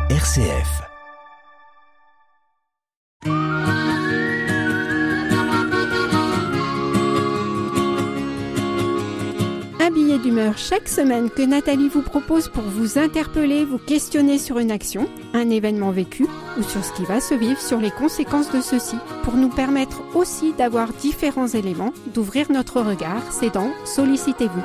RCF. Un billet d'humeur chaque semaine que Nathalie vous propose pour vous interpeller, vous questionner sur une action, un événement vécu ou sur ce qui va se vivre, sur les conséquences de ceci, pour nous permettre aussi d'avoir différents éléments, d'ouvrir notre regard. C'est dans Sollicitez-vous.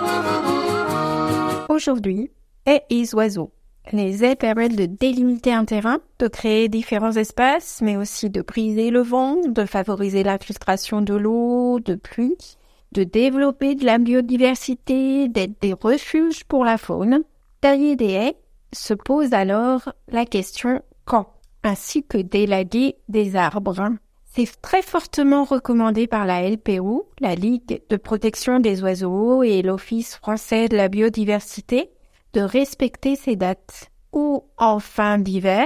Aujourd'hui, haies et oiseaux. Les haies permettent de délimiter un terrain, de créer différents espaces, mais aussi de briser le vent, de favoriser l'infiltration de l'eau, de pluie, de développer de la biodiversité, d'être des refuges pour la faune. Tailler des haies se pose alors la question quand, ainsi que d'élaguer des arbres. C'est très fortement recommandé par la LPO, la Ligue de protection des oiseaux et l'Office français de la biodiversité, de respecter ces dates, ou en fin d'hiver,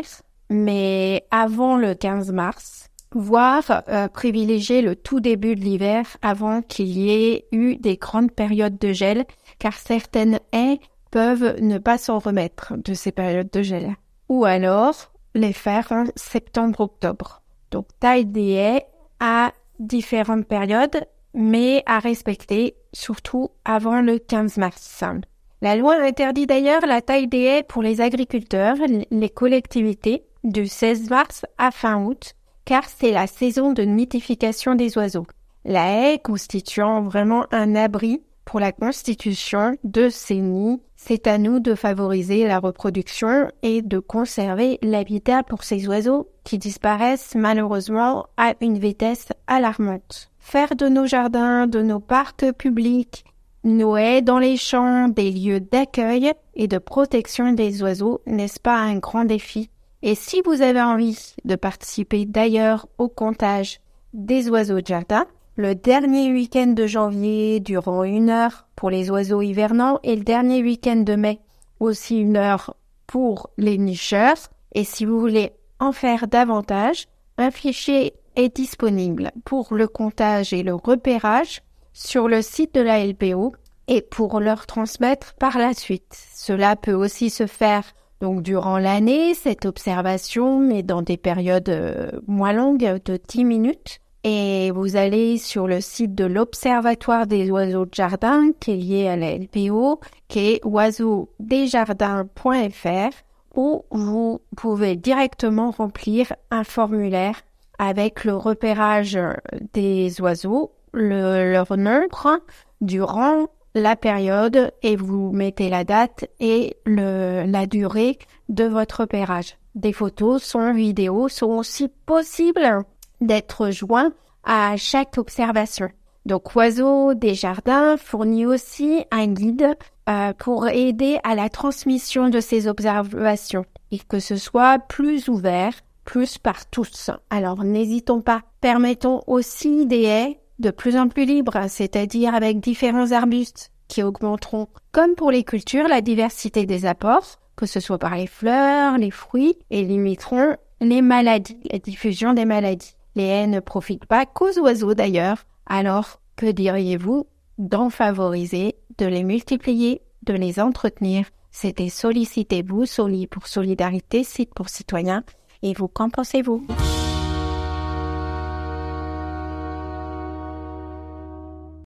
mais avant le 15 mars, voire privilégier le tout début de l'hiver avant qu'il y ait eu des grandes périodes de gel, car certaines haies peuvent ne pas s'en remettre de ces périodes de gel. Ou alors les faire en septembre-octobre. Donc taille des haies à différentes périodes, mais à respecter surtout avant le 15 mars. La loi interdit d'ailleurs la taille des haies pour les agriculteurs, les collectivités, du 16 mars à fin août, car c'est la saison de nidification des oiseaux. La haie constituant vraiment un abri pour la constitution de ces nids, c'est à nous de favoriser la reproduction et de conserver l'habitat pour ces oiseaux qui disparaissent malheureusement à une vitesse alarmante. Faire de nos jardins, de nos parcs publics, nos haies dans les champs, des lieux d'accueil et de protection des oiseaux, n'est-ce pas un grand défi? Et si vous avez envie de participer d'ailleurs au comptage des oiseaux de jardin, le dernier week-end de janvier durant 1 heure pour les oiseaux hivernants et le dernier week-end de mai aussi 1 heure pour les nicheurs. Et si vous voulez en faire davantage, un fichier est disponible pour le comptage et le repérage sur le site de la LPO et pour leur transmettre par la suite. Cela peut aussi se faire donc durant l'année, cette observation, mais dans des périodes moins longues de 10 minutes. Et vous allez sur le site de l'Observatoire des oiseaux de jardin qui est lié à la LPO, qui est oiseaudesjardins.fr, où vous pouvez directement remplir un formulaire avec le repérage des oiseaux, leur nombre durant la période, et vous mettez la date et la durée de votre repérage. Des photos, sons, vidéos sont aussi possibles d'être joints à chaque observation. Donc, Oiseaux des Jardins fournit aussi un guide pour aider à la transmission de ces observations et que ce soit plus ouvert, plus par tous. Alors, n'hésitons pas. Permettons aussi des haies de plus en plus libres, c'est-à-dire avec différents arbustes qui augmenteront, comme pour les cultures, la diversité des apports, que ce soit par les fleurs, les fruits, et limiteront les maladies, la diffusion des maladies. Les haies ne profitent pas qu'aux oiseaux d'ailleurs, alors que diriez-vous d'en favoriser, de les multiplier, de les entretenir? C'était Sollicitez-vous, Soli pour solidarité, Site pour citoyens. Et vous, qu'en pensez-vous?